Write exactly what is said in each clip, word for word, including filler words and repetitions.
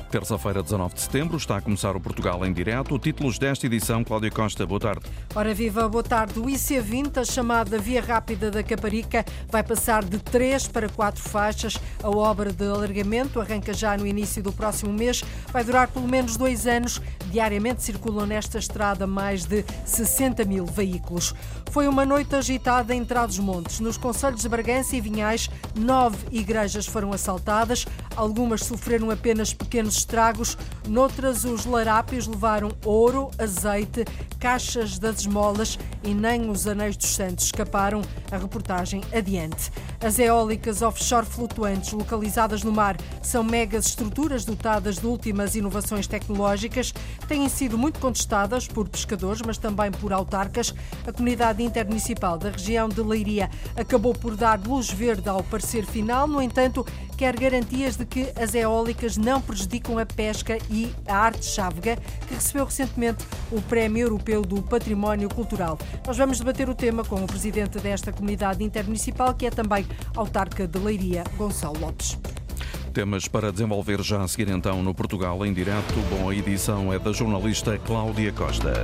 Terça-feira, dezanove de setembro, está a começar o Portugal em direto. Títulos desta edição, Cláudia Costa, boa tarde. Ora viva, boa tarde. O I C vinte, a chamada Via Rápida da Caparica, vai passar de três para quatro faixas. A obra de alargamento arranca já no início do próximo mês. Vai durar pelo menos dois anos. Diariamente circulam nesta estrada mais de sessenta mil veículos. Foi uma noite agitada em Trás-os-Montes. Nos concelhos de Bragança e Vinhais, nove igrejas foram assaltadas. Algumas sofreram apenas pequenos estragos. Noutras, os larápios levaram ouro, azeite, caixas das esmolas e nem os anéis dos santos escaparam. A reportagem adiante. As eólicas offshore flutuantes localizadas no mar são megas estruturas dotadas de últimas inovações tecnológicas. Têm sido muito contestadas por pescadores, mas também por autarcas. A comunidade intermunicipal da região de Leiria acabou por dar luz verde ao parecer final. No entanto, quer garantias de que as eólicas não prejudicam a pesca e a arte chávega, que recebeu recentemente o Prémio Europeu do Património Cultural. Nós vamos debater o tema com o presidente desta comunidade intermunicipal, que é também autarca de Leiria, Gonçalo Lopes. Temas para desenvolver já a seguir então no Portugal em direto. Bom, a edição é da jornalista Cláudia Costa.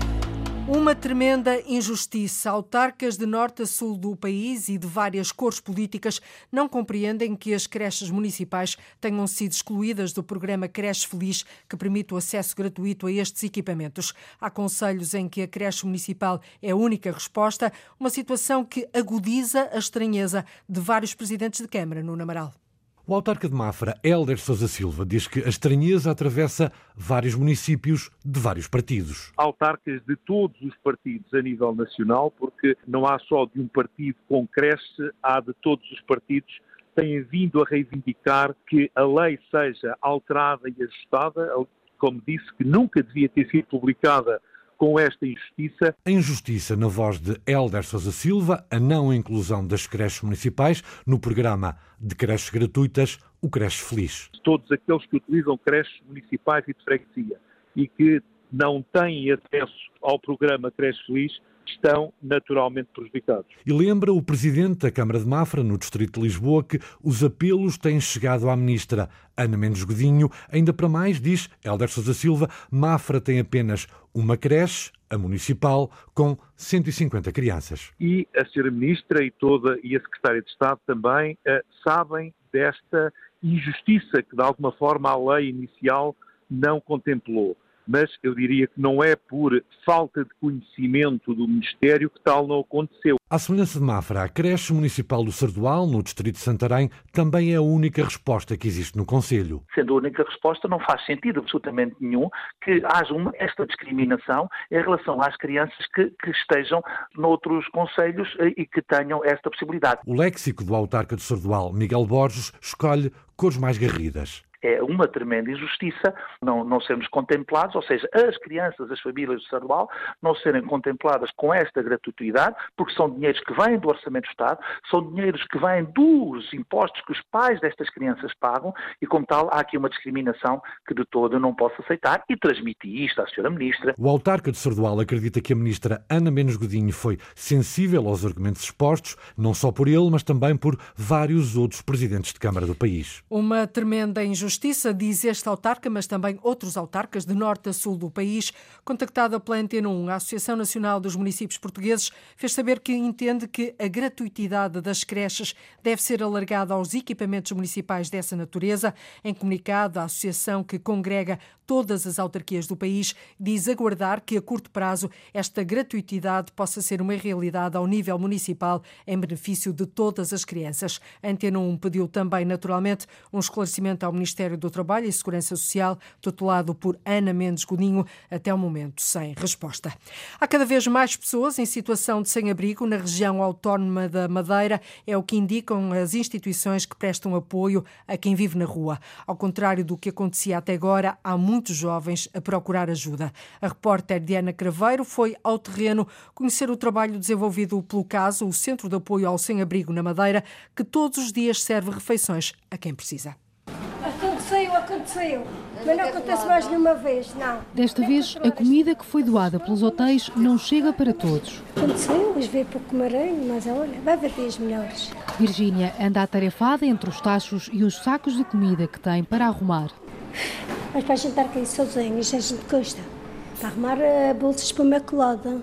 Uma tremenda injustiça. Autarcas de norte a sul do país e de várias cores políticas não compreendem que as creches municipais tenham sido excluídas do programa Creche Feliz, que permite o acesso gratuito a estes equipamentos. Há concelhos em que a creche municipal é a única resposta, uma situação que agudiza a estranheza de vários presidentes de Câmara no Amaral. O autarca de Mafra, Hélder Sousa Silva, diz que a estranheza atravessa vários municípios de vários partidos. Autarcas de todos os partidos a nível nacional, porque não há só de um partido com creche, há de todos os partidos que têm vindo a reivindicar que a lei seja alterada e ajustada, como disse, que nunca devia ter sido publicada com esta injustiça. A injustiça, na voz de Hélder Sousa Silva, a não inclusão das creches municipais no programa de creches gratuitas, o Creche Feliz. Todos aqueles que utilizam creches municipais e de freguesia e que não têm acesso ao programa Creche Feliz estão naturalmente prejudicados. E lembra o presidente da Câmara de Mafra, no Distrito de Lisboa, que os apelos têm chegado à ministra Ana Mendes Godinho. Ainda para mais, diz Hélder Sousa Silva, Mafra tem apenas uma creche, a municipal, com cento e cinquenta crianças. E a senhora ministra e toda e a secretária de Estado também uh, sabem desta injustiça que, de alguma forma, a lei inicial não contemplou. Mas eu diria que não é por falta de conhecimento do Ministério que tal não aconteceu. À semelhança de Mafra, a creche municipal do Sardual, no distrito de Santarém, também é a única resposta que existe no concelho. Sendo a única resposta, não faz sentido absolutamente nenhum que haja uma, esta discriminação em relação às crianças que, que estejam noutros concelhos e que tenham esta possibilidade. O léxico do autarca do Sardual, Miguel Borges, escolhe cores mais garridas. É uma tremenda injustiça não, não sermos contemplados, ou seja, as crianças, as famílias do Sardual não serem contempladas com esta gratuidade, porque são dinheiros que vêm do Orçamento do Estado, são dinheiros que vêm dos impostos que os pais destas crianças pagam e, como tal, há aqui uma discriminação que de todo eu não posso aceitar e transmiti isto à senhora Ministra. O autarca de Sardual acredita que a Ministra Ana Mendes Godinho foi sensível aos argumentos expostos, não só por ele, mas também por vários outros presidentes de Câmara do país. Uma tremenda injustiça. Justiça, diz este autarca, mas também outros autarcas de norte a sul do país. Contactada pela Antena um, a Associação Nacional dos Municípios Portugueses fez saber que entende que a gratuitidade das creches deve ser alargada aos equipamentos municipais dessa natureza. Em comunicado, a associação, que congrega todas as autarquias do país, diz aguardar que a curto prazo esta gratuitidade possa ser uma realidade ao nível municipal em benefício de todas as crianças. A Antena um pediu também, naturalmente, um esclarecimento ao Ministério do Trabalho e Segurança Social, tutelado por Ana Mendes Godinho, até o momento sem resposta. Há cada vez mais pessoas em situação de sem-abrigo na região autónoma da Madeira, é o que indicam as instituições que prestam apoio a quem vive na rua. Ao contrário do que acontecia até agora, há muitos jovens a procurar ajuda. A repórter Diana Craveiro foi ao terreno conhecer o trabalho desenvolvido pelo CASO, o Centro de Apoio ao Sem-Abrigo na Madeira, que todos os dias serve refeições a quem precisa. Aconteceu, aconteceu. Mas não acontece mais nenhuma vez, não. Desta vez, a comida que foi doada pelos hotéis não chega para todos. Aconteceu, mas veio pouco maranho, mas olha, vai haver dias melhores. Virgínia anda atarefada entre os tachos e os sacos de comida que tem para arrumar. Mas para jantar aqui sozinhos, a gente custa. Para arrumar uh, bolsas para uma colada.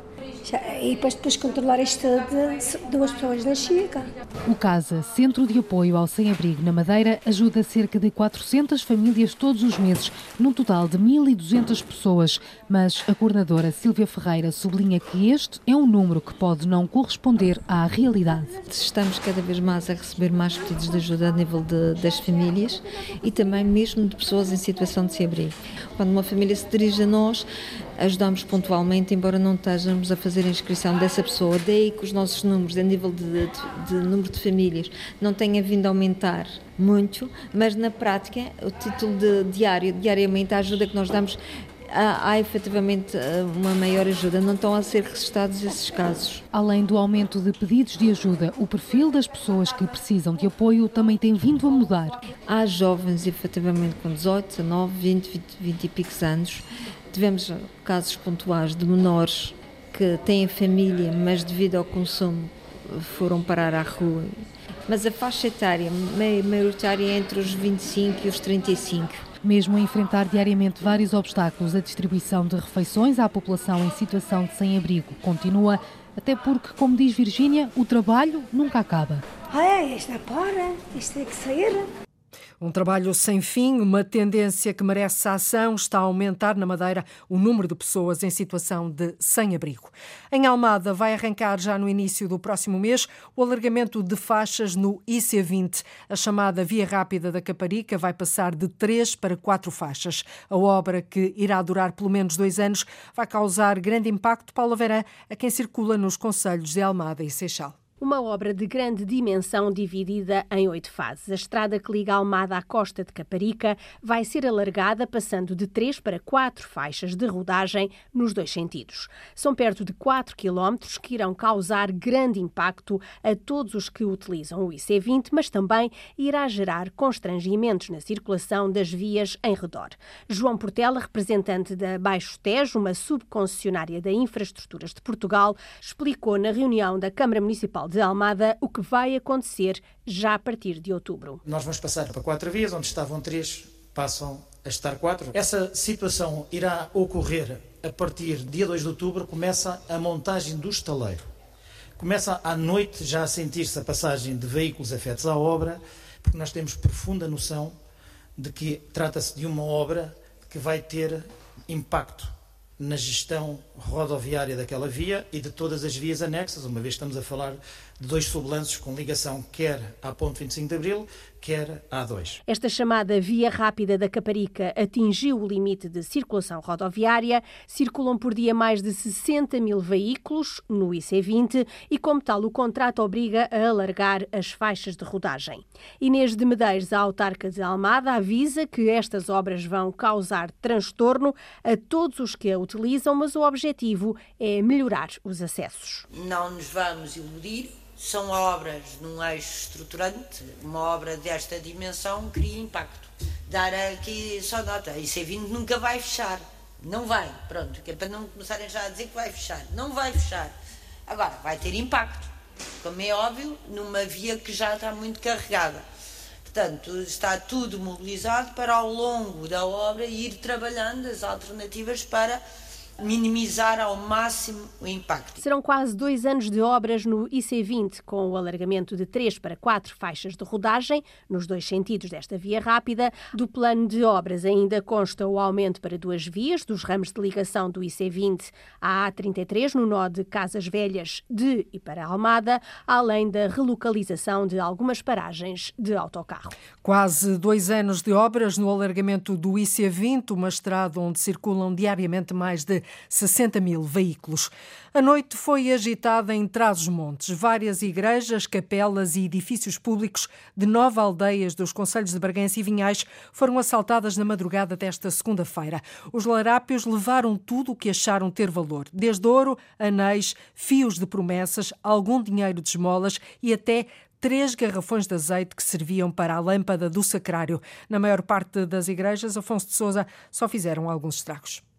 E depois, depois controlar isto de duas pessoas na Chica. O CASA, Centro de Apoio ao Sem-Abrigo na Madeira, ajuda cerca de quatrocentas famílias todos os meses, num total de mil e duzentas pessoas. Mas a coordenadora Sílvia Ferreira sublinha que este é um número que pode não corresponder à realidade. Estamos cada vez mais a receber mais pedidos de ajuda a nível de, das famílias e também mesmo de pessoas em situação de sem-abrigo. Quando uma família se dirige a nós, ajudamos pontualmente, embora não estejamos a fazer a inscrição dessa pessoa. Daí que os nossos números, a nível de, de, de número de famílias, não tenha vindo a aumentar muito, mas na prática, o título de diário, diariamente, a ajuda que nós damos, há, há efetivamente uma maior ajuda. Não estão a ser registados esses casos. Além do aumento de pedidos de ajuda, o perfil das pessoas que precisam de apoio também tem vindo a mudar. Há jovens, efetivamente, com dezoito, dezanove, vinte, vinte, vinte e picos anos. Tivemos casos pontuais de menores que têm família, mas devido ao consumo foram parar à rua. Mas a faixa etária maioritária é entre os vinte e cinco e os trinta e cinco. Mesmo a enfrentar diariamente vários obstáculos, a distribuição de refeições à população em situação de sem-abrigo continua, até porque, como diz Virgínia, o trabalho nunca acaba. Ah, isto não para, isto tem que sair. Um trabalho sem fim, uma tendência que merece ação, está a aumentar na Madeira o número de pessoas em situação de sem-abrigo. Em Almada vai arrancar já no início do próximo mês o alargamento de faixas no I C vinte. A chamada Via Rápida da Caparica vai passar de três para quatro faixas. A obra, que irá durar pelo menos dois anos, vai causar grande impacto, Paula Verã, a quem circula nos concelhos de Almada e Seixal. Uma obra de grande dimensão dividida em oito fases. A estrada que liga Almada à costa de Caparica vai ser alargada, passando de três para quatro faixas de rodagem nos dois sentidos. São perto de quatro quilómetros que irão causar grande impacto a todos os que utilizam o I C vinte, mas também irá gerar constrangimentos na circulação das vias em redor. João Portela, representante da Baixo Tejo, uma subconcessionária da Infraestruturas de Portugal, explicou na reunião da Câmara Municipal de Almada o que vai acontecer já a partir de outubro. Nós vamos passar para quatro vias, onde estavam três, passam a estar quatro. Essa situação irá ocorrer a partir de dia dois de outubro, começa a montagem do estaleiro. Começa à noite já a sentir-se a passagem de veículos afetos à obra, porque nós temos profunda noção de que trata-se de uma obra que vai ter impacto na gestão rodoviária daquela via e de todas as vias anexas, uma vez que estamos a falar de dois sublanços com ligação quer à ponte vinte e cinco de Abril, quer à A dois. Esta chamada Via Rápida da Caparica atingiu o limite de circulação rodoviária. Circulam por dia mais de sessenta mil veículos no I C vinte e, como tal, o contrato obriga a alargar as faixas de rodagem. Inês de Medeiros, a autarca de Almada, avisa que estas obras vão causar transtorno a todos os que a utilizam, mas o objetivo é melhorar os acessos. Não nos vamos iludir. São obras num eixo estruturante, uma obra desta dimensão cria impacto. Dar aqui só nota, a I C vinte nunca vai fechar, não vai, pronto, que é para não começarem já a dizer que vai fechar, não vai fechar. Agora, vai ter impacto, como é óbvio, numa via que já está muito carregada. Portanto, está tudo mobilizado para ao longo da obra ir trabalhando as alternativas para minimizar ao máximo o impacto. Serão quase dois anos de obras no I C vinte, com o alargamento de três para quatro faixas de rodagem, nos dois sentidos desta via rápida. Do plano de obras ainda consta o aumento para duas vias dos ramos de ligação do I C vinte à A trinta e três, no nó de Casas Velhas de e para Almada, além da relocalização de algumas paragens de autocarro. Quase dois anos de obras no alargamento do I C vinte, uma estrada onde circulam diariamente mais de sessenta mil veículos. A noite foi agitada em Trás-os-Montes. Várias igrejas, capelas e edifícios públicos de nove aldeias dos concelhos de Bragança e Vinhais foram assaltadas na madrugada desta segunda-feira. Os larápios levaram tudo o que acharam ter valor, desde ouro, anéis, fios de promessas, algum dinheiro de esmolas e até três garrafões de azeite que serviam para a lâmpada do sacrário. Na maior parte das igrejas, Afonso de Sousa, só fizeram alguns estragos.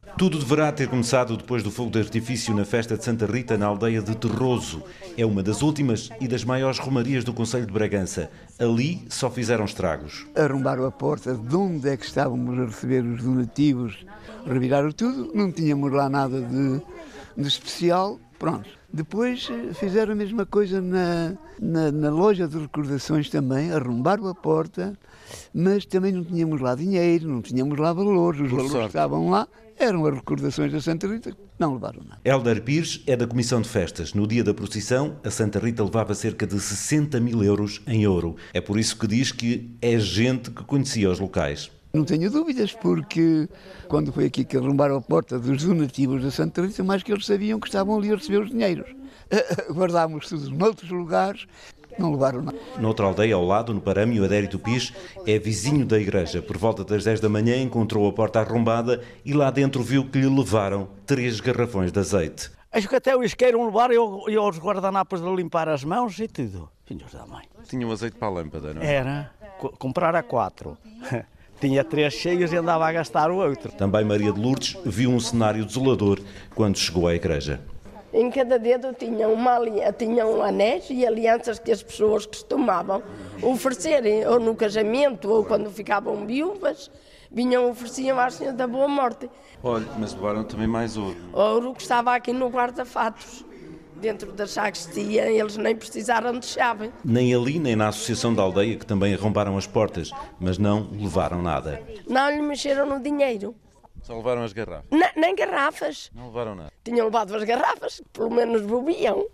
Tudo deverá ter começado depois do fogo de artifício na festa de Santa Rita, na aldeia de Terroso. É uma das últimas e das maiores romarias do concelho de Bragança. Ali só fizeram estragos. Arrombaram a porta de onde é que estávamos a receber os donativos, reviraram tudo, não tínhamos lá nada de, de especial, pronto. Depois fizeram a mesma coisa na, na, na loja de recordações também, arrombaram a porta, mas também não tínhamos lá dinheiro, não tínhamos lá valores, os valores que estavam lá eram as recordações da Santa Rita, não levaram nada. Hélder Pires é da Comissão de Festas. No dia da procissão, a Santa Rita levava cerca de sessenta mil euros em ouro. É por isso que diz que é gente que conhecia os locais. Não tenho dúvidas, porque quando foi aqui que arrombaram a porta dos donativos da Santa Rita, mais que eles sabiam que estavam ali a receber os dinheiros. Guardámos tudo noutros lugares, não levaram nada. Noutra aldeia ao lado, no Parâmio, Adérito Pires é vizinho da igreja. Por volta das dez da manhã encontrou a porta arrombada e lá dentro viu que lhe levaram três garrafões de azeite. Acho que até o isqueiro levaram e os guardanapos de limpar as mãos e tudo. Filhos da mãe. Tinha um azeite para a lâmpada, não é? Era. Comprar a quatro. Tinha três cheios e andava a gastar o outro. Também Maria de Lourdes viu um cenário desolador quando chegou à igreja. Em cada dedo tinha, uma, tinham anéis e alianças que as pessoas costumavam oferecerem, ou no casamento, ou quando ficavam viúvas, vinham ofereciam à Senhora da Boa Morte. Olha, mas levaram também mais ouro. Ouro que estava aqui no guarda-fatos. Dentro da sacristia, eles nem precisaram de chave. Nem ali, nem na Associação da Aldeia, que também arrombaram as portas, mas não levaram nada. Não lhe mexeram no dinheiro. Só levaram as garrafas? N- nem garrafas. Não levaram nada? Tinham levado as garrafas, que pelo menos bebiam.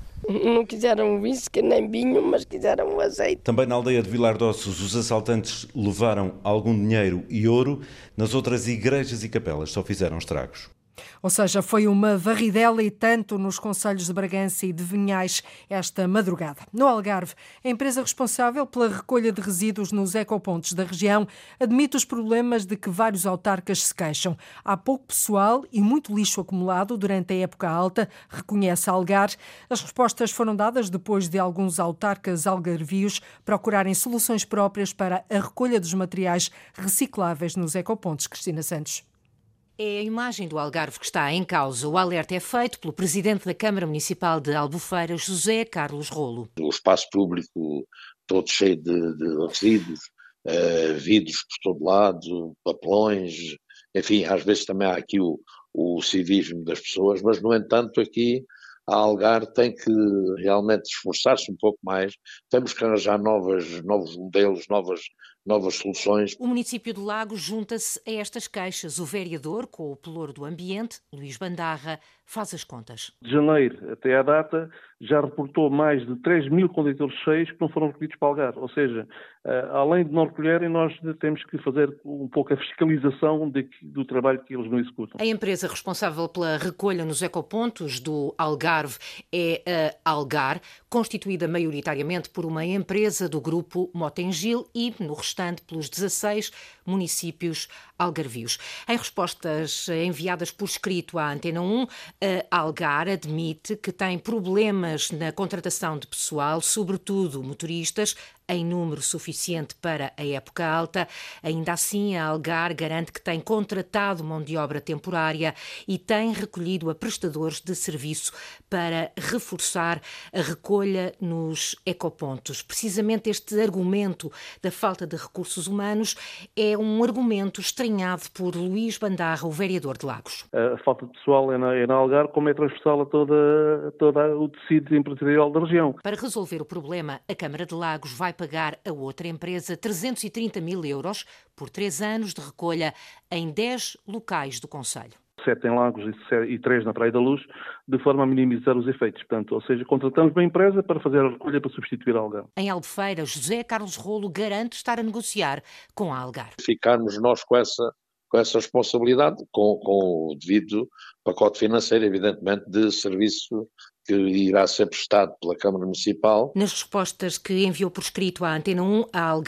Não quiseram whisky nem vinho, mas quiseram o azeite. Também na aldeia de Vilar de Ossos, os assaltantes levaram algum dinheiro e ouro. Nas outras igrejas e capelas só fizeram estragos. Ou seja, foi uma varridela e tanto nos concelhos de Bragança e de Vinhais esta madrugada. No Algarve, a empresa responsável pela recolha de resíduos nos ecopontos da região admite os problemas de que vários autarcas se queixam. Há pouco pessoal e muito lixo acumulado durante a época alta, reconhece a Algar. As respostas foram dadas depois de alguns autarcas algarvios procurarem soluções próprias para a recolha dos materiais recicláveis nos ecopontos. Cristina Santos. É a imagem do Algarve que está em causa. O alerta é feito pelo presidente da Câmara Municipal de Albufeira, José Carlos Rolo. O espaço público todo cheio de, de resíduos, uh, vidros por todo lado, papelões, enfim, às vezes também há aqui o, o civismo das pessoas, mas, no entanto, aqui a Algar tem que realmente esforçar-se um pouco mais. Temos que arranjar novas, novos modelos, novas, novas soluções. O município de Lagos junta-se a estas queixas. O vereador, com o pelouro do ambiente, Luís Bandarra, faz as contas. De janeiro até à data, já reportou mais de três mil contentores cheios que não foram recolhidos para Algar. Ou seja, além de não recolherem, nós temos que fazer um pouco a fiscalização de, do trabalho que eles não executam. A empresa responsável pela recolha nos ecopontos do Algarve é a Algar, constituída maioritariamente por uma empresa do grupo Motengil e, no restante, pelos dezasseis municípios algarvios. Em respostas enviadas por escrito à Antena um, a Algar admite que tem problemas na contratação de pessoal, sobretudo motoristas, em número suficiente para a época alta. Ainda assim, a Algar garante que tem contratado mão de obra temporária e tem recolhido a prestadores de serviço para reforçar a recolha nos ecopontos. Precisamente este argumento da falta de recursos humanos é um argumento estranhado por Luís Bandarra, o vereador de Lagos. A falta de pessoal é na, é na Algar, como é transversal a toda, toda o tecido empresarial da região. Para resolver o problema, a Câmara de Lagos vai pagar a outra empresa trezentos e trinta mil euros por três anos de recolha em dez locais do concelho. Sete em Lagos e três na Praia da Luz, de forma a minimizar os efeitos. Portanto, ou seja, contratamos uma empresa para fazer a recolha para substituir a Algar. Em Albufeira, José Carlos Rolo garante estar a negociar com a Algar. Ficarmos nós com essa, com essa responsabilidade, com, com o devido pacote financeiro, evidentemente, de serviço que irá ser prestado pela Câmara Municipal. Nas respostas que enviou por escrito à Antena um, a Algar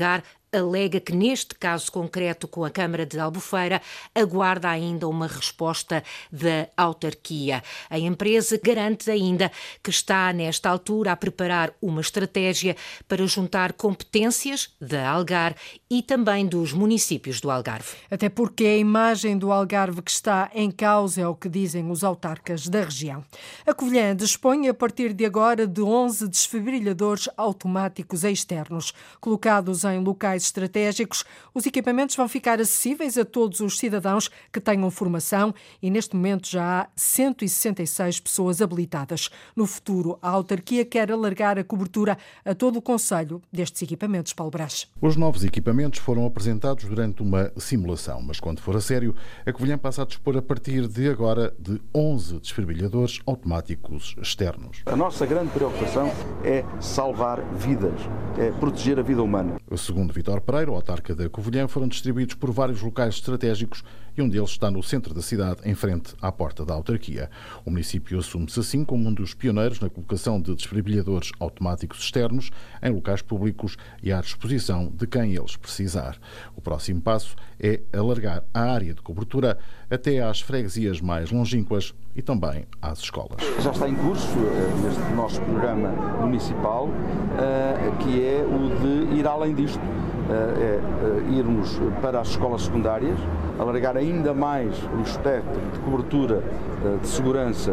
alega que, neste caso concreto com a Câmara de Albufeira, aguarda ainda uma resposta da autarquia. A empresa garante ainda que está, nesta altura, a preparar uma estratégia para juntar competências da Algar e também dos municípios do Algarve. Até porque é a imagem do Algarve que está em causa, é o que dizem os autarcas da região. A Covilhã dispõe, a partir de agora, de onze desfibrilhadores automáticos externos. Colocados em locais estratégicos, os equipamentos vão ficar acessíveis a todos os cidadãos que tenham formação e, neste momento, já há cento e sessenta e seis pessoas habilitadas. No futuro, a autarquia quer alargar a cobertura a todo o concelho destes equipamentos. Paulo Brás. Os novos equipamentos foram apresentados durante uma simulação, mas quando for a sério, a Covilhã passa a dispor a partir de agora de onze desfibrilhadores automáticos externos. A nossa grande preocupação é salvar vidas, é proteger a vida humana. Segundo Vítor Pereira, o autarca da Covilhã, foram distribuídos por vários locais estratégicos e um deles está no centro da cidade, em frente à porta da autarquia. O município assume-se assim como um dos pioneiros na colocação de desfibrilhadores automáticos externos em locais públicos e à disposição de quem eles precisar. O próximo passo é alargar a área de cobertura até às freguesias mais longínquas e também às escolas. Já está em curso neste nosso programa municipal, que é o de ir além disto, é irmos para as escolas secundárias, alargar ainda mais o espectro de cobertura de segurança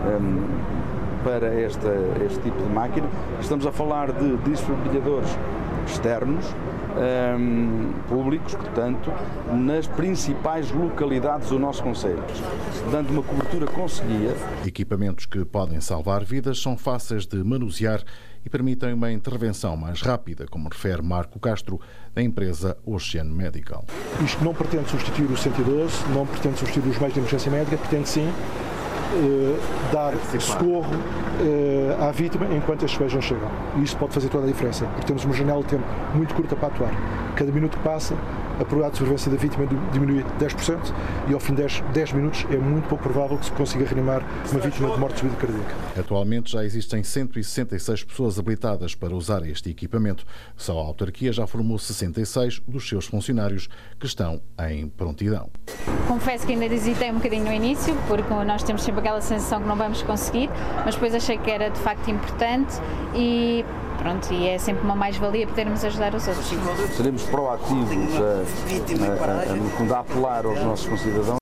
para esta, este tipo de máquina. Estamos a falar de desfibrilhadores externos, Um, públicos, portanto, nas principais localidades do nosso concelho, dando uma cobertura conseguida. Equipamentos que podem salvar vidas, são fáceis de manusear e permitem uma intervenção mais rápida, como refere Marco Castro, da empresa Oceano Medical. Isto não pretende substituir o cento e doze, não pretende substituir os meios de emergência médica, pretende sim Uh, dar socorro uh, à vítima enquanto estes meios não chegam. E isso pode fazer toda a diferença, porque temos uma janela de tempo muito curta para atuar. Cada minuto que passa, a probabilidade de sobrevivência da vítima diminui dez por cento e ao fim de dez minutos é muito pouco provável que se consiga reanimar uma vítima de morte súbita cardíaca. Atualmente já existem cento e sessenta e seis pessoas habilitadas para usar este equipamento. Só a autarquia já formou sessenta e seis dos seus funcionários que estão em prontidão. Confesso que ainda hesitei um bocadinho no início, porque nós temos sempre aquela sensação que não vamos conseguir, mas depois achei que era de facto importante e pronto, e é sempre uma mais-valia podermos ajudar os outros. Seremos proativos a, a, a, no fundo, a apelar aos nossos concidadãos.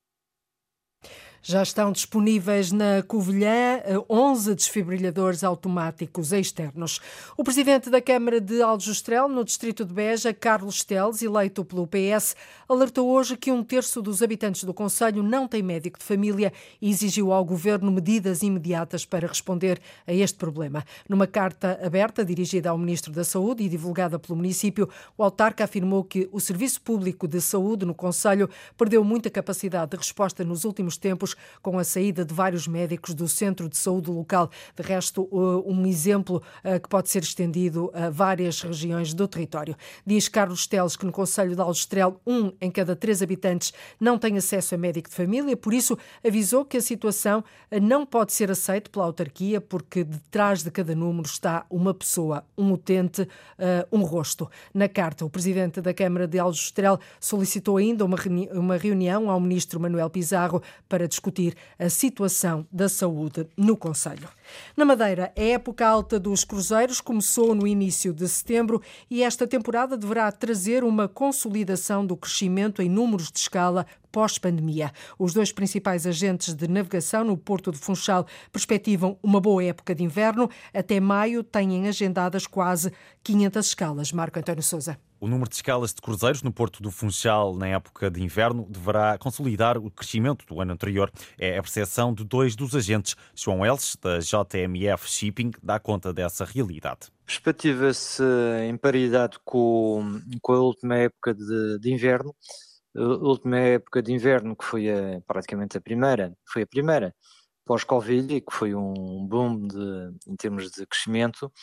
Já estão disponíveis na Covilhã onze desfibrilhadores automáticos externos. O presidente da Câmara de Aljustrel, no distrito de Beja, Carlos Teles, eleito pelo P S, alertou hoje que um terço dos habitantes do concelho não tem médico de família e exigiu ao governo medidas imediatas para responder a este problema. Numa carta aberta dirigida ao Ministro da Saúde e divulgada pelo município, o autarca afirmou que o Serviço Público de Saúde no concelho perdeu muita capacidade de resposta nos últimos tempos, com a saída de vários médicos do centro de saúde local. De resto, um exemplo que pode ser estendido a várias regiões do território. Diz Carlos Teles que no concelho de Aljustrel, um em cada três habitantes não tem acesso a médico de família, por isso avisou que a situação não pode ser aceita pela autarquia, porque detrás de cada número está uma pessoa, um utente, um rosto. Na carta, o presidente da Câmara de Aljustrel solicitou ainda uma reunião ao ministro Manuel Pizarro para discutir a situação da saúde no concelho. Na Madeira, a época alta dos cruzeiros começou no início de setembro e esta temporada deverá trazer uma consolidação do crescimento em números de escala pós-pandemia. Os dois principais agentes de navegação no Porto de Funchal perspectivam uma boa época de inverno. Até maio têm agendadas quase quinhentas escalas. Marco António Sousa. O número de escalas de cruzeiros no Porto do Funchal na época de inverno deverá consolidar o crescimento do ano anterior. É a percepção de dois dos agentes. João Elches, da J M F Shipping, dá conta dessa realidade. Perspectiva-se em paridade com, com a última época de, de inverno. A última época de inverno, que foi a, praticamente a primeira, foi a primeira pós-Covid e que foi um boom de, em termos de crescimento.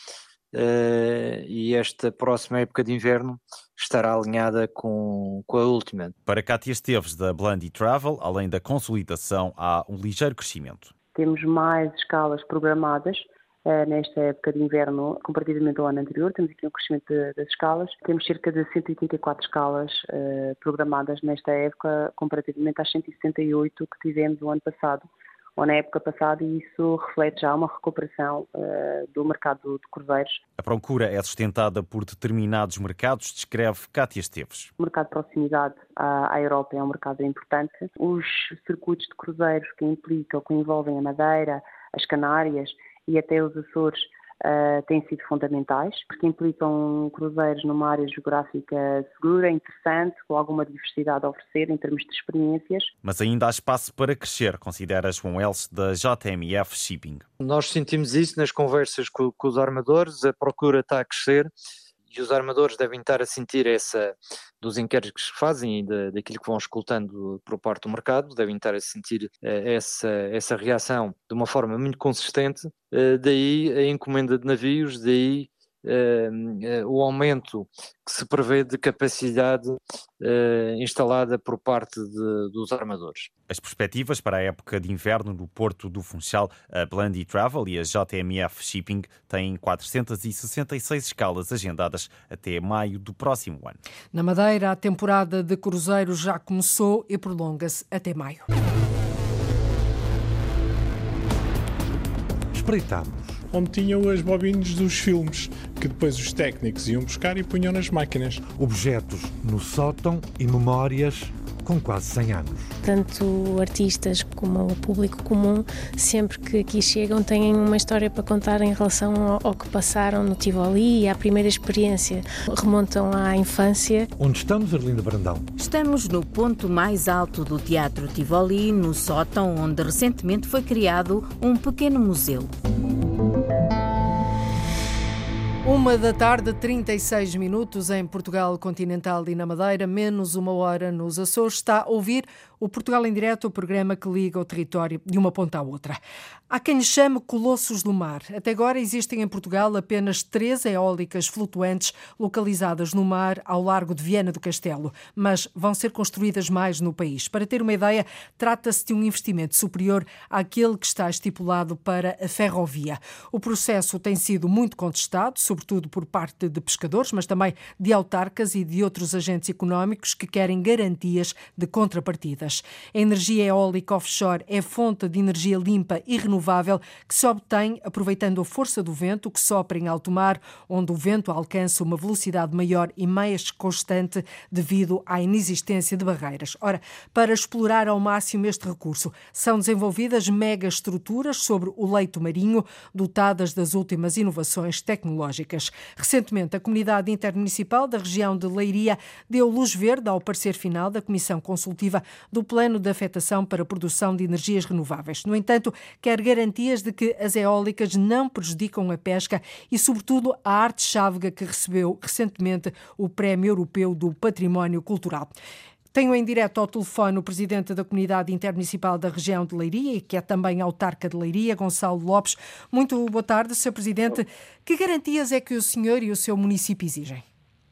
Uh, e esta próxima época de inverno estará alinhada com, com a última. Para Cátia Esteves, da Blandi Travel, além da consolidação, há um ligeiro crescimento. Temos mais escalas programadas nesta época de inverno comparativamente ao ano anterior. Temos aqui um crescimento de, das escalas. Temos cerca de cento e oitenta e quatro escalas uh, programadas nesta época comparativamente às cento e sessenta e oito que tivemos o ano passado, ou na época passada, e isso reflete já uma recuperação uh, do mercado de cruzeiros. A procura é sustentada por determinados mercados, descreve Cátia Esteves. O mercado de proximidade à, à Europa é um mercado importante. Os circuitos de cruzeiros que implicam, que envolvem a Madeira, as Canárias e até os Açores, uh, têm sido fundamentais, porque implicam cruzeiros numa área geográfica segura, interessante, com alguma diversidade a oferecer em termos de experiências. Mas ainda há espaço para crescer, considera João Elces, da J M F Shipping. Nós sentimos isso nas conversas com, com os armadores, a procura está a crescer e os armadores devem estar a sentir essa, dos inquéritos que fazem e da, daquilo que vão escutando por parte do mercado, devem estar a sentir uh, essa, essa reação de uma forma muito consistente, uh, daí a encomenda de navios, daí uh, uh, o aumento que se prevê de capacidade uh, instalada por parte de, dos armadores. As perspectivas para a época de inverno no Porto do Funchal, a Blandy Travel e a J M F Shipping têm quatrocentas e sessenta e seis escalas agendadas até maio do próximo ano. Na Madeira, a temporada de cruzeiros já começou e prolonga-se até maio. Espreitamos onde tinham as bobinas dos filmes, que depois os técnicos iam buscar e punham nas máquinas. Objetos no sótão e memórias com quase cem anos. Tanto artistas como o público comum, sempre que aqui chegam, têm uma história para contar em relação ao, ao que passaram no Tivoli e à primeira experiência. Remontam à infância. Onde estamos, Arlinda Brandão? Estamos no ponto mais alto do Teatro Tivoli, no sótão onde recentemente foi criado um pequeno museu. Uma da tarde, trinta e seis minutos em Portugal continental e na Madeira, menos uma hora nos Açores. Está a ouvir o Portugal em Direto, o programa que liga o território de uma ponta à outra. Há quem lhe chame Colossos do Mar. Até agora existem em Portugal apenas três eólicas flutuantes localizadas no mar ao largo de Viana do Castelo, mas vão ser construídas mais no país. Para ter uma ideia, trata-se de um investimento superior àquele que está estipulado para a ferrovia. O processo tem sido muito contestado, sobretudo por parte de pescadores, mas também de autarcas e de outros agentes económicos que querem garantias de contrapartidas. A energia eólica offshore é fonte de energia limpa e renovável que se obtém aproveitando a força do vento que sopra em alto mar, onde o vento alcança uma velocidade maior e mais constante devido à inexistência de barreiras. Ora, para explorar ao máximo este recurso, são desenvolvidas megaestruturas sobre o leito marinho, dotadas das últimas inovações tecnológicas. Recentemente, a Comunidade Intermunicipal da região de Leiria deu luz verde ao parecer final da Comissão Consultiva do Plano de Afetação para a Produção de Energias Renováveis. No entanto, quer garantias de que as eólicas não prejudicam a pesca e, sobretudo, a arte chávega que recebeu recentemente o Prémio Europeu do Património Cultural. Tenho em direto ao telefone o presidente da Comunidade Intermunicipal da região de Leiria e que é também autarca de Leiria, Gonçalo Lopes. Muito boa tarde, senhor Presidente. Que garantias é que o senhor e o seu município exigem?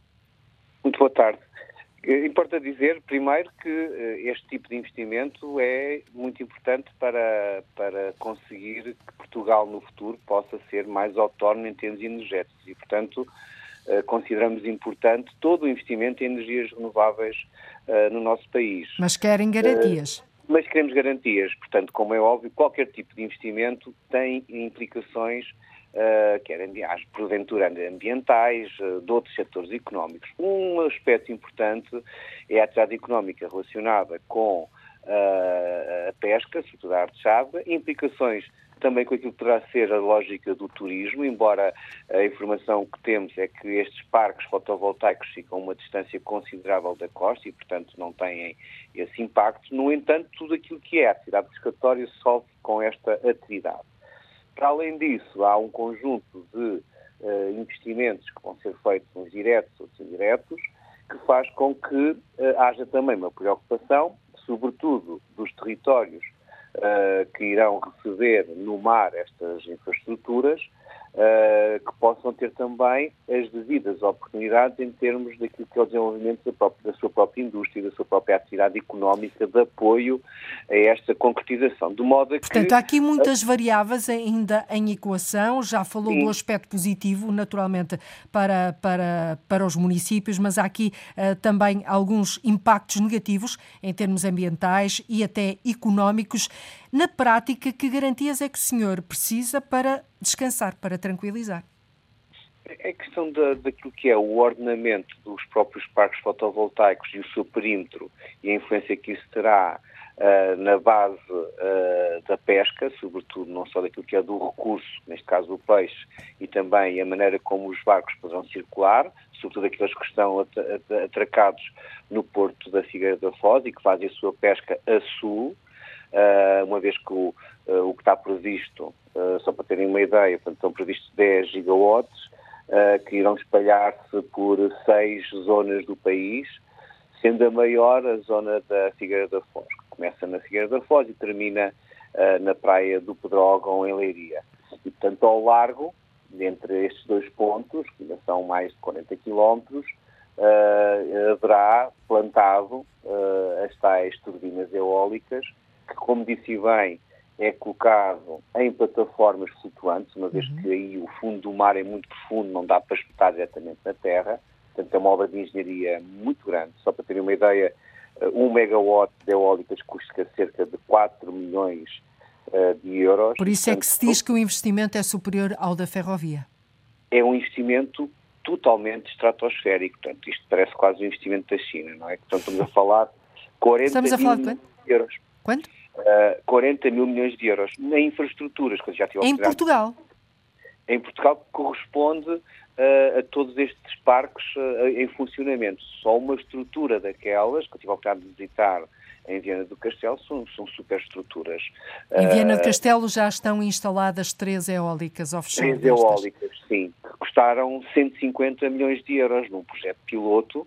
Muito boa tarde. Importa dizer, primeiro, que este tipo de investimento é muito importante para, para conseguir que Portugal no futuro possa ser mais autónomo em termos energéticos e, portanto, consideramos importante todo o investimento em energias renováveis uh, no nosso país. Mas querem garantias? Uh, mas queremos garantias. Portanto, como é óbvio, qualquer tipo de investimento tem implicações, uh, quer porventura ambientais, uh, de outros setores económicos. Um aspecto importante é a atividade económica relacionada com uh, a pesca, sobretudo a arte chávega, implicações também com aquilo que poderá ser a lógica do turismo, embora a informação que temos é que estes parques fotovoltaicos ficam a uma distância considerável da costa e, portanto, não têm esse impacto. No entanto, tudo aquilo que é a atividade pescatória sofre com esta atividade. Para além disso, há um conjunto de uh, investimentos que vão ser feitos, uns diretos, outros indiretos, que faz com que uh, haja também uma preocupação, sobretudo dos territórios Uh, que irão receber no mar estas infraestruturas, uh, que possam ter também as devidas oportunidades em termos daquilo que é o desenvolvimento da, própria, da sua própria indústria, da sua própria atividade económica, de apoio a esta concretização. De modo a que... Portanto, há aqui muitas variáveis ainda em equação. Já falou Sim. do aspecto positivo, naturalmente, para, para, para os municípios, mas há aqui uh, também alguns impactos negativos em termos ambientais e até económicos. Na prática, que garantias é que o senhor precisa para descansar, para tranquilizar? É questão da, daquilo que é o ordenamento dos próprios parques fotovoltaicos e o seu perímetro e a influência que isso terá uh, na base uh, da pesca, sobretudo não só daquilo que é do recurso, neste caso do peixe, e também a maneira como os barcos poderão circular, sobretudo aqueles que estão atracados no porto da Figueira da Foz e que fazem a sua pesca a sul, uh, uma vez que o, uh, o que está previsto, uh, só para terem uma ideia, portanto, estão previstos dez gigawatts, Uh, que irão espalhar-se por seis zonas do país, sendo a maior a zona da Figueira da Foz, que começa na Figueira da Foz e termina uh, na praia do Pedrógão, em Leiria. E, portanto, ao largo, entre estes dois pontos, que ainda são mais de quarenta quilómetros, uh, haverá plantado uh, as tais turbinas eólicas, que, como disse bem, é colocado em plataformas flutuantes, uma vez que aí o fundo do mar é muito profundo, não dá para espetar diretamente na terra. Portanto, é uma obra de engenharia muito grande. Só para terem uma ideia, um megawatt de eólicas custa cerca de quatro milhões uh, de euros. Por isso é que se diz que o investimento é superior ao da ferrovia. É um investimento totalmente estratosférico. Portanto, isto parece quase um investimento da China, não é? Portanto, estamos a falar quarenta estamos a falar de quanto? euros. Quanto? Uh, quarenta mil milhões de euros em infraestruturas. Que já tive em Portugal? Em Portugal, que corresponde uh, a todos estes parques uh, em funcionamento. Só uma estrutura daquelas, que eu tive a oportunidade de visitar em Viana do Castelo, são, são superestruturas. Em Viana do uh, Castelo já estão instaladas três eólicas offshore. Três eólicas, sim, que custaram cento e cinquenta milhões de euros num projeto piloto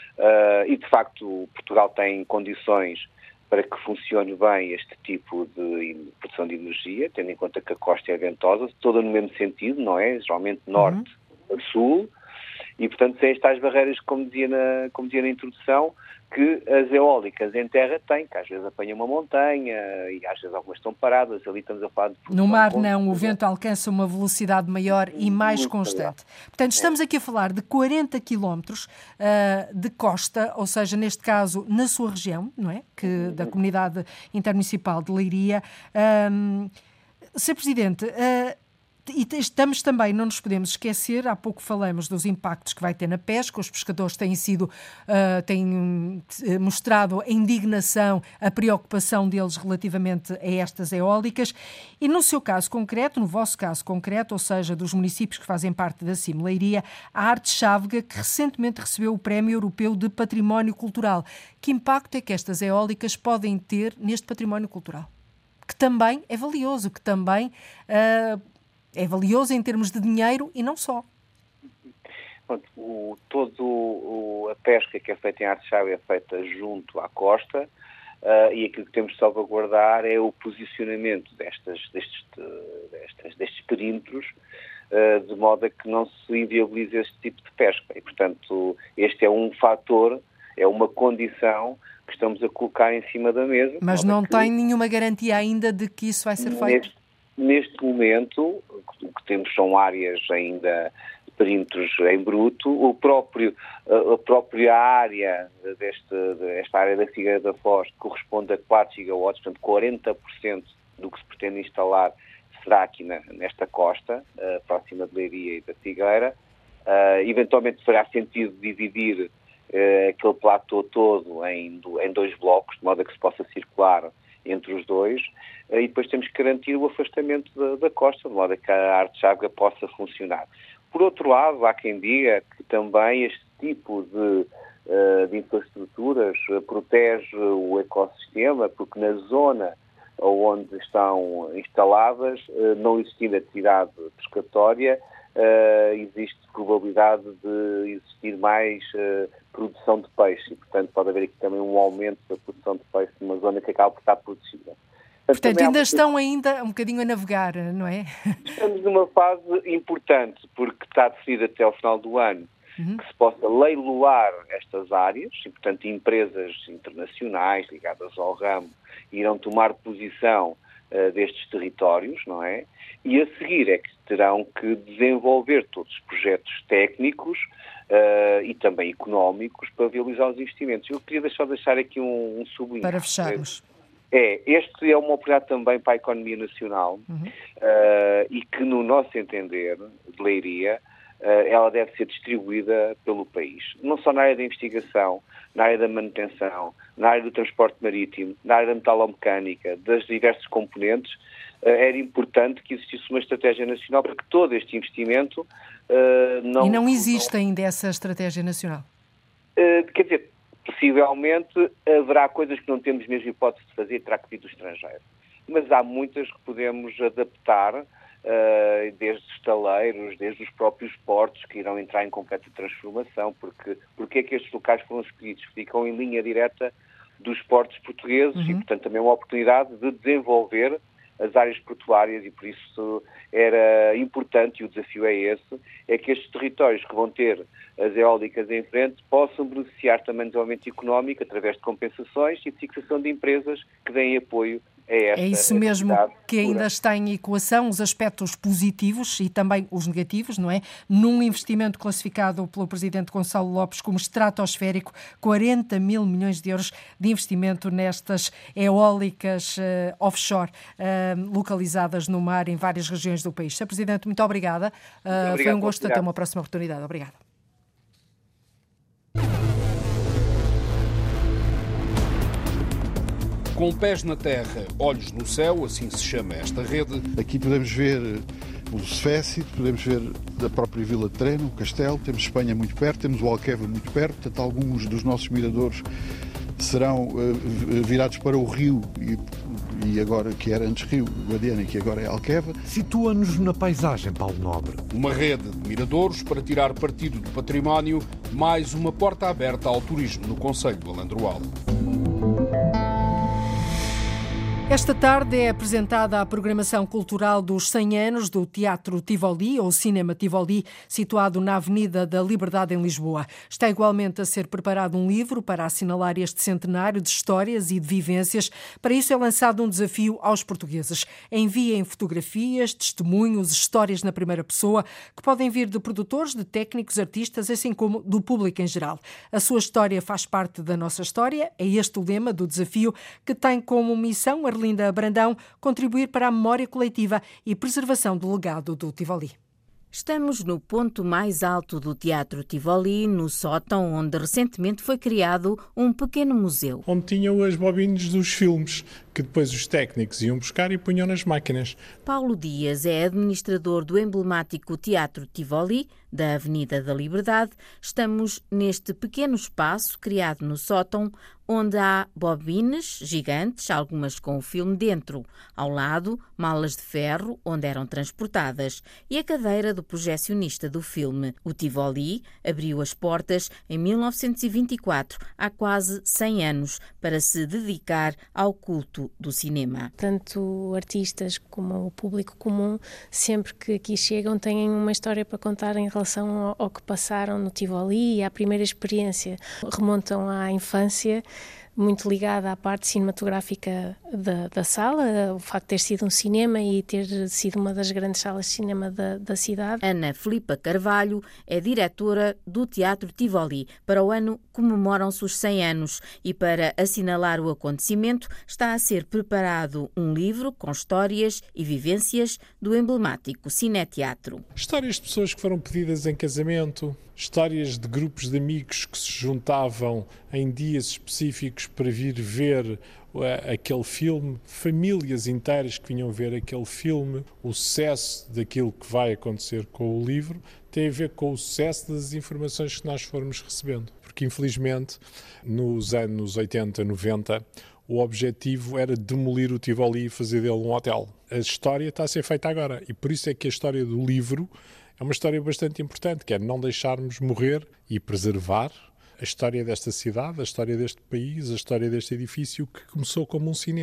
uh, e, de facto, Portugal tem condições para que funcione bem este tipo de produção de energia, tendo em conta que a costa é ventosa, toda no mesmo sentido, não é? Geralmente norte a sul, e portanto sem estas barreiras, como dizia, na, como dizia na introdução, que as eólicas em terra têm, que às vezes apanham uma montanha e às vezes algumas estão paradas, ali estamos a falar de... No mar não, o vento alcança uma velocidade maior e mais Muito constante. Legal. Portanto, estamos aqui a falar de quarenta quilómetros uh, de costa, ou seja, neste caso, na sua região, não é? Que, da Comunidade Intermunicipal de Leiria. Um, senhor Presidente, uh, e estamos também, não nos podemos esquecer, há pouco falamos dos impactos que vai ter na pesca, os pescadores têm sido, uh, têm mostrado a indignação, a preocupação deles relativamente a estas eólicas, e no seu caso concreto, no vosso caso concreto, ou seja, dos municípios que fazem parte da C I M Leiria, a Arte Chávega, que recentemente recebeu o Prémio Europeu de Património Cultural. Que impacto é que estas eólicas podem ter neste património cultural? Que também é valioso, que também... Uh, É valioso em termos de dinheiro e não só. Pronto, o, todo o, a pesca que é feita em Arte Chávega é feita junto à costa uh, e aquilo que temos de salvaguardar é o posicionamento destas, destes, destes, destes perímetros uh, de modo a que não se inviabilize este tipo de pesca. E, portanto, este é um fator, é uma condição que estamos a colocar em cima da mesa. Mas não tem nenhuma garantia ainda de que isso vai ser feito? Neste, neste momento, o que temos são áreas ainda de perímetros em bruto. O próprio, a própria área deste, desta área da Figueira da Foz corresponde a quatro gigawatts, portanto quarenta por cento do que se pretende instalar será aqui na, nesta costa, uh, próxima de Leiria e da Figueira. Uh, eventualmente fará sentido dividir uh, aquele platô todo em, em dois blocos, de modo a que se possa circular entre os dois, e depois temos que garantir o afastamento da, da costa, de modo a que a Arte Chávega possa funcionar. Por outro lado, há quem diga que também este tipo de, uh, de infraestruturas uh, protege o ecossistema, porque na zona onde estão instaladas, uh, não existindo atividade pescatória, uh, existe probabilidade de existir mais uh, produção de peixe e, portanto, pode haver aqui também um aumento da produção de peixe numa zona que acaba por estar protegida. Portanto, ainda estão ainda um bocadinho a navegar, não é? Estamos numa fase importante, porque está decidido até ao final do ano uhum. que se possa leiloar estas áreas, e, portanto, empresas internacionais ligadas ao ramo irão tomar posição uh, destes territórios, não é? E a seguir é que terão que desenvolver todos os projetos técnicos uh, e também económicos para viabilizar os investimentos. Eu queria deixar, deixar aqui um, um sublinho. Para fecharmos. É, este é uma oportunidade também para a economia nacional uhum. uh, e que, no nosso entender, de Leiria, uh, ela deve ser distribuída pelo país. Não só na área da investigação, na área da manutenção, na área do transporte marítimo, na área da metalomecânica, das diversos componentes, uh, era importante que existisse uma estratégia nacional para que todo este investimento uh, não... E não existe ainda essa estratégia nacional? Uh, quer dizer... Possivelmente haverá coisas que não temos mesmo hipótese de fazer, terá que vir do estrangeiro. Mas há muitas que podemos adaptar, uh, desde estaleiros, desde os próprios portos, que irão entrar em completa transformação, porque, porque é que estes locais foram escolhidos? Ficam em linha direta dos portos portugueses uhum. e, portanto, também é uma oportunidade de desenvolver as áreas portuárias e por isso era importante, e o desafio é esse, é que estes territórios que vão ter as eólicas em frente possam beneficiar também do desenvolvimento económico através de compensações e de fixação de empresas que deem apoio a esta É isso mesmo que ainda está em equação, os aspectos positivos e também os negativos, não é? Num investimento classificado pelo Presidente Gonçalo Lopes como estratosférico, quarenta mil milhões de euros de investimento nestas eólicas uh, offshore, uh, localizadas no mar em várias regiões do país. senhor Presidente, muito obrigada. Uh, muito obrigado, foi um gosto, até uma próxima oportunidade. Obrigada. Com pés na terra, olhos no céu, assim se chama esta rede. Aqui podemos ver o Sfécid, podemos ver da própria Vila de Treno, o Castelo, temos Espanha muito perto, temos o Alqueva muito perto, portanto alguns dos nossos miradores serão uh, virados para o rio, e, e agora que era antes Rio Guadiana e que agora é Alqueva. Situa-nos na paisagem, Paulo Nobre. Uma rede de miradores para tirar partido do património, mais uma porta aberta ao turismo no concelho do Alandroal. Esta tarde é apresentada a programação cultural dos cem anos do Teatro Tivoli, ou Cinema Tivoli, situado na Avenida da Liberdade, em Lisboa. Está igualmente a ser preparado um livro para assinalar este centenário de histórias e de vivências. Para isso é lançado um desafio aos portugueses. Enviem fotografias, testemunhos, histórias na primeira pessoa, que podem vir de produtores, de técnicos, artistas, assim como do público em geral. A sua história faz parte da nossa história. É este o lema do desafio, que tem como missão a Arlinda Brandão contribuir para a memória coletiva e preservação do legado do Tivoli. Estamos no ponto mais alto do Teatro Tivoli, no sótão onde recentemente foi criado um pequeno museu. Onde tinham as bobinas dos filmes, que depois os técnicos iam buscar e punham nas máquinas. Paulo Dias é administrador do emblemático Teatro Tivoli, da Avenida da Liberdade. Estamos neste pequeno espaço criado no sótão, onde há bobinas gigantes, algumas com o filme dentro. Ao lado, malas de ferro, onde eram transportadas, e a cadeira do projecionista do filme. O Tivoli abriu as portas em mil novecentos e vinte e quatro, há quase cem anos, para se dedicar ao culto do cinema. Tanto artistas como o público comum, sempre que aqui chegam, têm uma história para contar em relação ao, ao que passaram no Tivoli e à primeira experiência. Remontam à infância, muito ligada à parte cinematográfica da, da sala, o facto de ter sido um cinema e ter sido uma das grandes salas de cinema da, da cidade. Ana Filipa Carvalho é diretora do Teatro Tivoli. Para o ano comemoram-se os cem anos e para assinalar o acontecimento está a ser preparado um livro com histórias e vivências do emblemático cineteatro. Histórias de pessoas que foram pedidas em casamento, histórias de grupos de amigos que se juntavam em dias específicos para vir ver uh, aquele filme, famílias inteiras que vinham ver aquele filme. O sucesso daquilo que vai acontecer com o livro tem a ver com o sucesso das informações que nós formos recebendo. Porque, infelizmente, nos anos oitenta, noventa, o objetivo era demolir o Tivoli e fazer dele um hotel. A história está a ser feita agora e por isso é que a história do livro é uma história bastante importante, que é não deixarmos morrer e preservar a história desta cidade, a história deste país, a história deste edifício que começou como um cinema.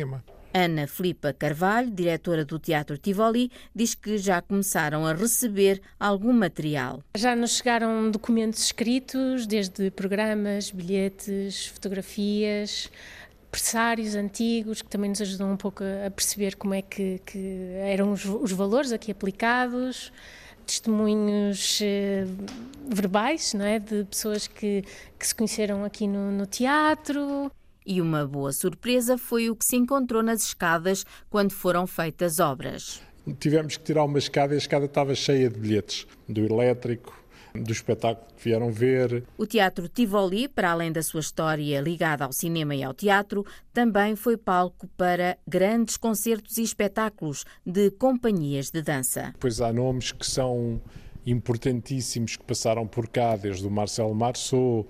Ana Filipa Carvalho, diretora do Teatro Tivoli, diz que já começaram a receber algum material. Já nos chegaram documentos escritos, desde programas, bilhetes, fotografias, pressários antigos, que também nos ajudam um pouco a perceber como é que, que eram os, os valores aqui aplicados, testemunhos eh, verbais, não é? De pessoas que, que se conheceram aqui no, no teatro. E uma boa surpresa foi o que se encontrou nas escadas quando foram feitas obras. Tivemos que tirar uma escada e a escada estava cheia de bilhetes do elétrico, do espetáculo que vieram ver. O Teatro Tivoli, para além da sua história ligada ao cinema e ao teatro, também foi palco para grandes concertos e espetáculos de companhias de dança. Pois há nomes que são importantíssimos que passaram por cá, desde o Marcel Marceau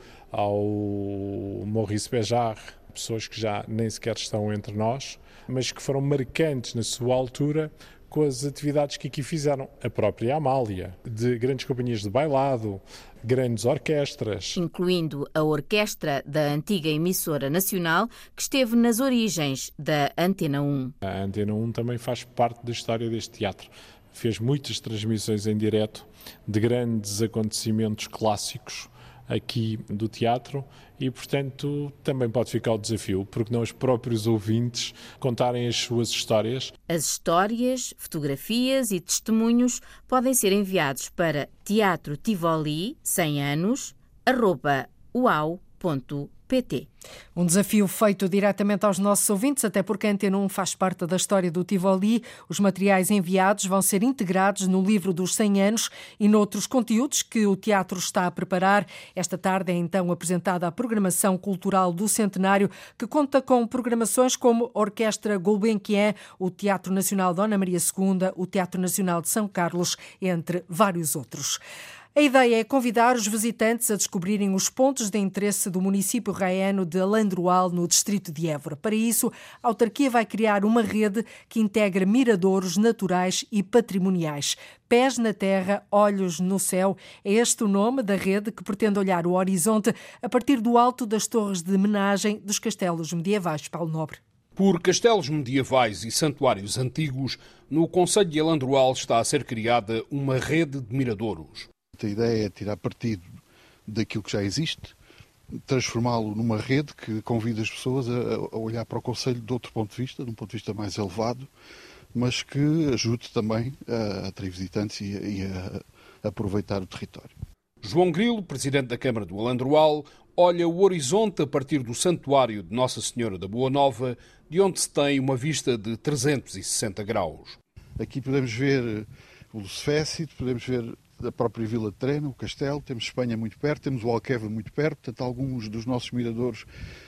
ao Maurice Béjart, pessoas que já nem sequer estão entre nós, mas que foram marcantes na sua altura com as atividades que aqui fizeram. A própria Amália, de grandes companhias de bailado, grandes orquestras. Incluindo a orquestra da antiga emissora nacional, que esteve nas origens da Antena um. A Antena um também faz parte da história deste teatro. Fez muitas transmissões em direto de grandes acontecimentos clássicos aqui do teatro e, portanto, também pode ficar o desafio, porque não os próprios ouvintes contarem as suas histórias. As histórias, fotografias e testemunhos podem ser enviados para Teatro Tivoli cem anos arroba uau ponto pt. Um desafio feito diretamente aos nossos ouvintes, até porque a Antena um faz parte da história do Tivoli. Os materiais enviados vão ser integrados no livro dos cem anos e noutros conteúdos que o teatro está a preparar. Esta tarde é então apresentada a programação cultural do centenário, que conta com programações como a Orquestra Gulbenkian, o Teatro Nacional Dona Maria segunda, o Teatro Nacional de São Carlos, entre vários outros. A ideia é convidar os visitantes a descobrirem os pontos de interesse do município raiano de Alandroal, no distrito de Évora. Para isso, a autarquia vai criar uma rede que integra miradouros naturais e patrimoniais. Pés na terra, olhos no céu. É este o nome da rede que pretende olhar o horizonte a partir do alto das torres de homenagem dos castelos medievais. Paulo Nobre. Por castelos medievais e santuários antigos, no concelho de Alandroal está a ser criada uma rede de miradouros. A ideia é tirar partido daquilo que já existe, transformá-lo numa rede que convida as pessoas a, a olhar para o concelho de outro ponto de vista, de um ponto de vista mais elevado, mas que ajude também a atrair visitantes e, e a, a aproveitar o território. João Grilo, presidente da Câmara do Alandroal, olha o horizonte a partir do Santuário de Nossa Senhora da Boa Nova, de onde se tem uma vista de trezentos e sessenta graus. Aqui podemos ver o Lucefécito, podemos ver a própria Vila de Trena, o Castelo, temos Espanha muito perto, temos o Alqueva muito perto, portanto alguns dos nossos miradores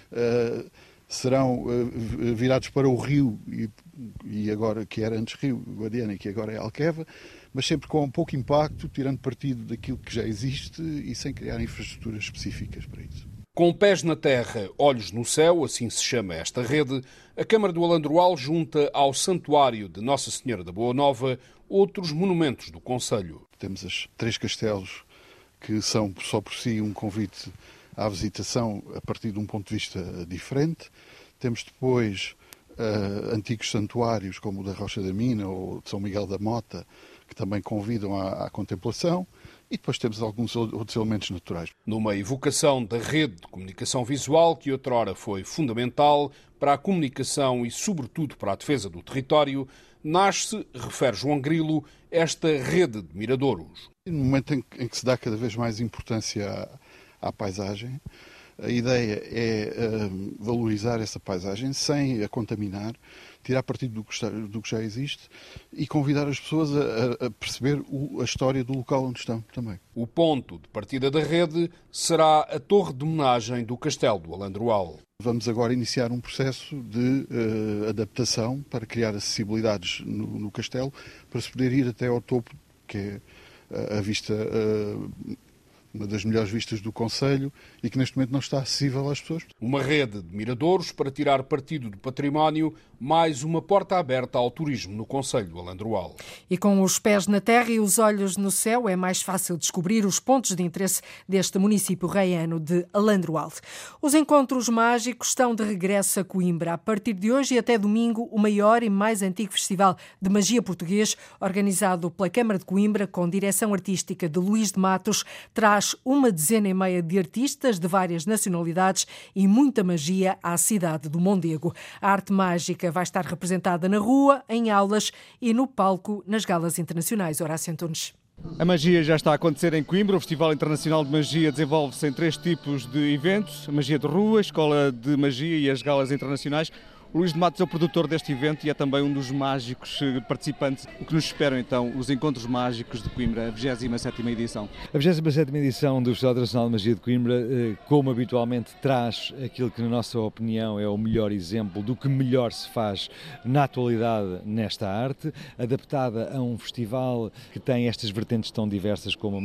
uh, serão uh, virados para o Rio, e, e agora que era antes Rio Guadiana e que agora é Alqueva, mas sempre com um pouco impacto, tirando partido daquilo que já existe e sem criar infraestruturas específicas para isso. Com pés na terra, olhos no céu, assim se chama esta rede, a Câmara do Alandroal junta ao Santuário de Nossa Senhora da Boa Nova outros monumentos do concelho. Temos os três castelos que são só por si um convite à visitação a partir de um ponto de vista diferente. Temos depois uh, antigos santuários como o da Rocha da Mina ou de São Miguel da Mota, que também convidam à, à contemplação. E depois temos alguns outros elementos naturais. Numa evocação da rede de comunicação visual, que outrora foi fundamental para a comunicação e, sobretudo, para a defesa do território, nasce, refere João Grilo, esta rede de miradouros. No momento em que se dá cada vez mais importância à, à paisagem, a ideia é uh, valorizar essa paisagem sem a contaminar, tirar partido do que, está, do que já existe e convidar as pessoas a, a perceber o, a história do local onde estão também. O ponto de partida da rede será a torre de homenagem do Castelo do Alandroal. Vamos agora iniciar um processo de uh, adaptação para criar acessibilidades no, no castelo, para se poder ir até ao topo, que é uh, a vista... Uh, uma das melhores vistas do concelho e que neste momento não está acessível às pessoas. Uma rede de miradouros para tirar partido do património mais uma porta aberta ao turismo no concelho do Alandroal. E com os pés na terra e os olhos no céu é mais fácil descobrir os pontos de interesse deste município reiano de Alandroal. Os encontros mágicos estão de regresso a Coimbra. A partir de hoje e até domingo, o maior e mais antigo festival de magia português, organizado pela Câmara de Coimbra, com direção artística de Luís de Matos, traz uma dezena e meia de artistas de várias nacionalidades e muita magia à cidade do Mondego. A arte mágica vai estar representada na rua, em aulas e no palco nas galas internacionais. Horácio Antunes. A magia já está a acontecer em Coimbra. O Festival Internacional de Magia desenvolve-se em três tipos de eventos: a magia de rua, a escola de magia e as galas internacionais. O Luís de Matos é o produtor deste evento e é também um dos mágicos participantes. O que nos esperam então os Encontros Mágicos de Coimbra, a vigésima sétima edição? A vigésima sétima edição do Festival Internacional de Magia de Coimbra, como habitualmente, traz aquilo que, na nossa opinião, é o melhor exemplo do que melhor se faz na atualidade nesta arte, adaptada a um festival que tem estas vertentes tão diversas como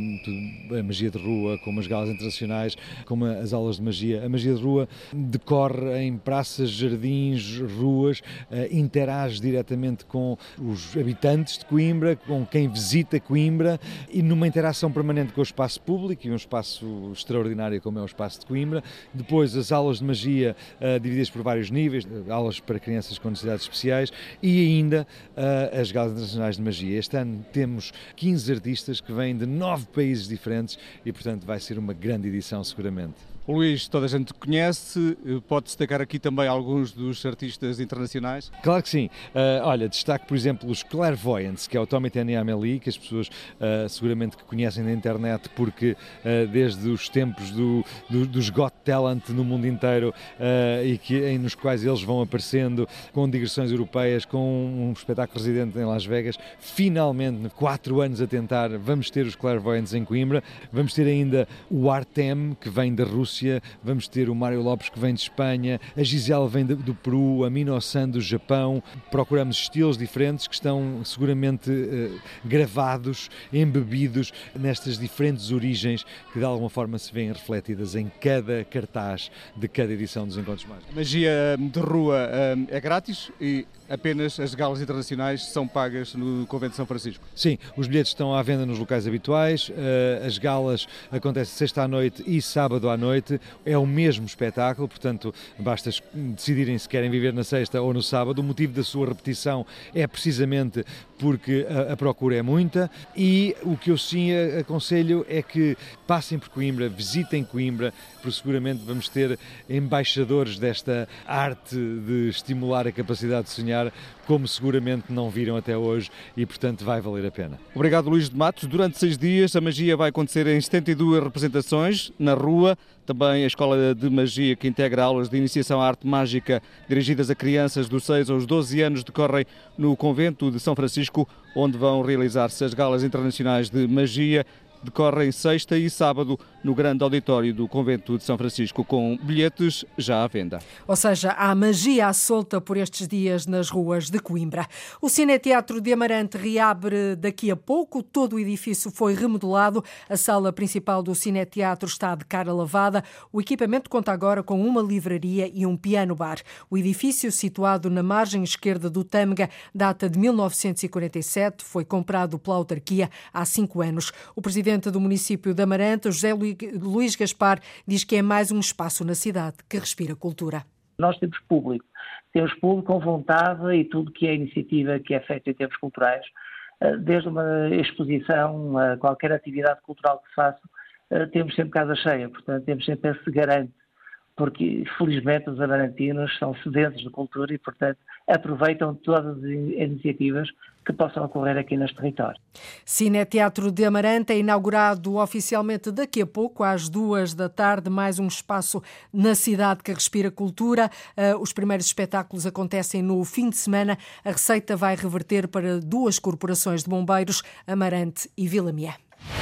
a magia de rua, como as galas internacionais, como as aulas de magia. A magia de rua decorre em praças, jardins, ruas, interage diretamente com os habitantes de Coimbra, com quem visita Coimbra e numa interação permanente com o espaço público e um espaço extraordinário como é o espaço de Coimbra. Depois as aulas de magia uh, divididas por vários níveis, aulas para crianças com necessidades especiais e ainda uh, as galas internacionais de magia. Este ano temos quinze artistas que vêm de nove países diferentes e, portanto, vai ser uma grande edição seguramente. O Luís, toda a gente conhece, pode destacar aqui também alguns dos artistas internacionais? Claro que sim. Uh, olha, destaco, por exemplo, os Clairvoyants, que é o Tommy Tenney Amélie, que as pessoas uh, seguramente que conhecem na internet, porque uh, desde os tempos do, do, dos Got Talent no mundo inteiro uh, e que, em, nos quais eles vão aparecendo com digressões europeias, com um espetáculo residente em Las Vegas, finalmente, quatro anos a tentar, vamos ter os Clairvoyants em Coimbra, vamos ter ainda o Artem, que vem da Rússia, vamos ter o Mário Lopes, que vem de Espanha, a Gisele vem do, do Peru, a Mino-san do Japão. Procuramos estilos diferentes que estão seguramente eh, gravados, embebidos nestas diferentes origens que de alguma forma se veem refletidas em cada cartaz de cada edição dos Encontros Mágicos. A magia de rua é grátis e apenas as galas internacionais são pagas no Convento de São Francisco? Sim, os bilhetes estão à venda nos locais habituais, as galas acontecem sexta à noite e sábado à noite, é o mesmo espetáculo, portanto basta decidirem se querem viver na sexta ou no sábado. O motivo da sua repetição é precisamente porque a, a procura é muita e o que eu sim aconselho é que passem por Coimbra, visitem Coimbra, porque seguramente vamos ter embaixadores desta arte de estimular a capacidade de sonhar, como seguramente não viram até hoje e, portanto, vai valer a pena. Obrigado, Luís de Matos. Durante seis dias a magia vai acontecer em setenta e duas representações na rua, também a Escola de Magia, que integra aulas de iniciação à arte mágica dirigidas a crianças dos seis aos doze anos, decorrem no Convento de São Francisco, onde vão realizar-se as galas internacionais de magia. Decorrem sexta e sábado no grande auditório do Convento de São Francisco, com bilhetes já à venda. Ou seja, há magia à solta por estes dias nas ruas de Coimbra. O Cineteatro de Amarante reabre daqui a pouco. Todo o edifício foi remodelado. A sala principal do Cineteatro está de cara lavada. O equipamento conta agora com uma livraria e um piano-bar. O edifício, situado na margem esquerda do Tâmega, data de mil novecentos e quarenta e sete. Foi comprado pela autarquia há cinco anos. O presidente do município de Amarante, José Luís Gaspar, diz que é mais um espaço na cidade que respira cultura. Nós temos público, temos público com vontade e tudo que é iniciativa que é feita em termos culturais, desde uma exposição a qualquer atividade cultural que se faça, temos sempre casa cheia, portanto temos sempre esse garante, porque felizmente os amarantinos são sedentos de cultura e, portanto, aproveitam todas as iniciativas que possam ocorrer aqui neste território. Cineteatro de Amarante é inaugurado oficialmente daqui a pouco, às duas da tarde, mais um espaço na cidade que respira cultura. Os primeiros espetáculos acontecem no fim de semana. A receita vai reverter para duas corporações de bombeiros, Amarante e Vila Mié.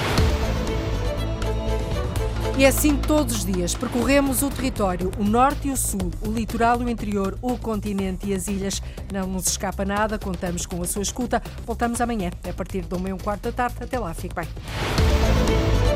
E assim todos os dias percorremos o território, o norte e o sul, o litoral e o interior, o continente e as ilhas. Não nos escapa nada, contamos com a sua escuta. Voltamos amanhã, a partir de uma e um quarto da tarde. Até lá, fique bem.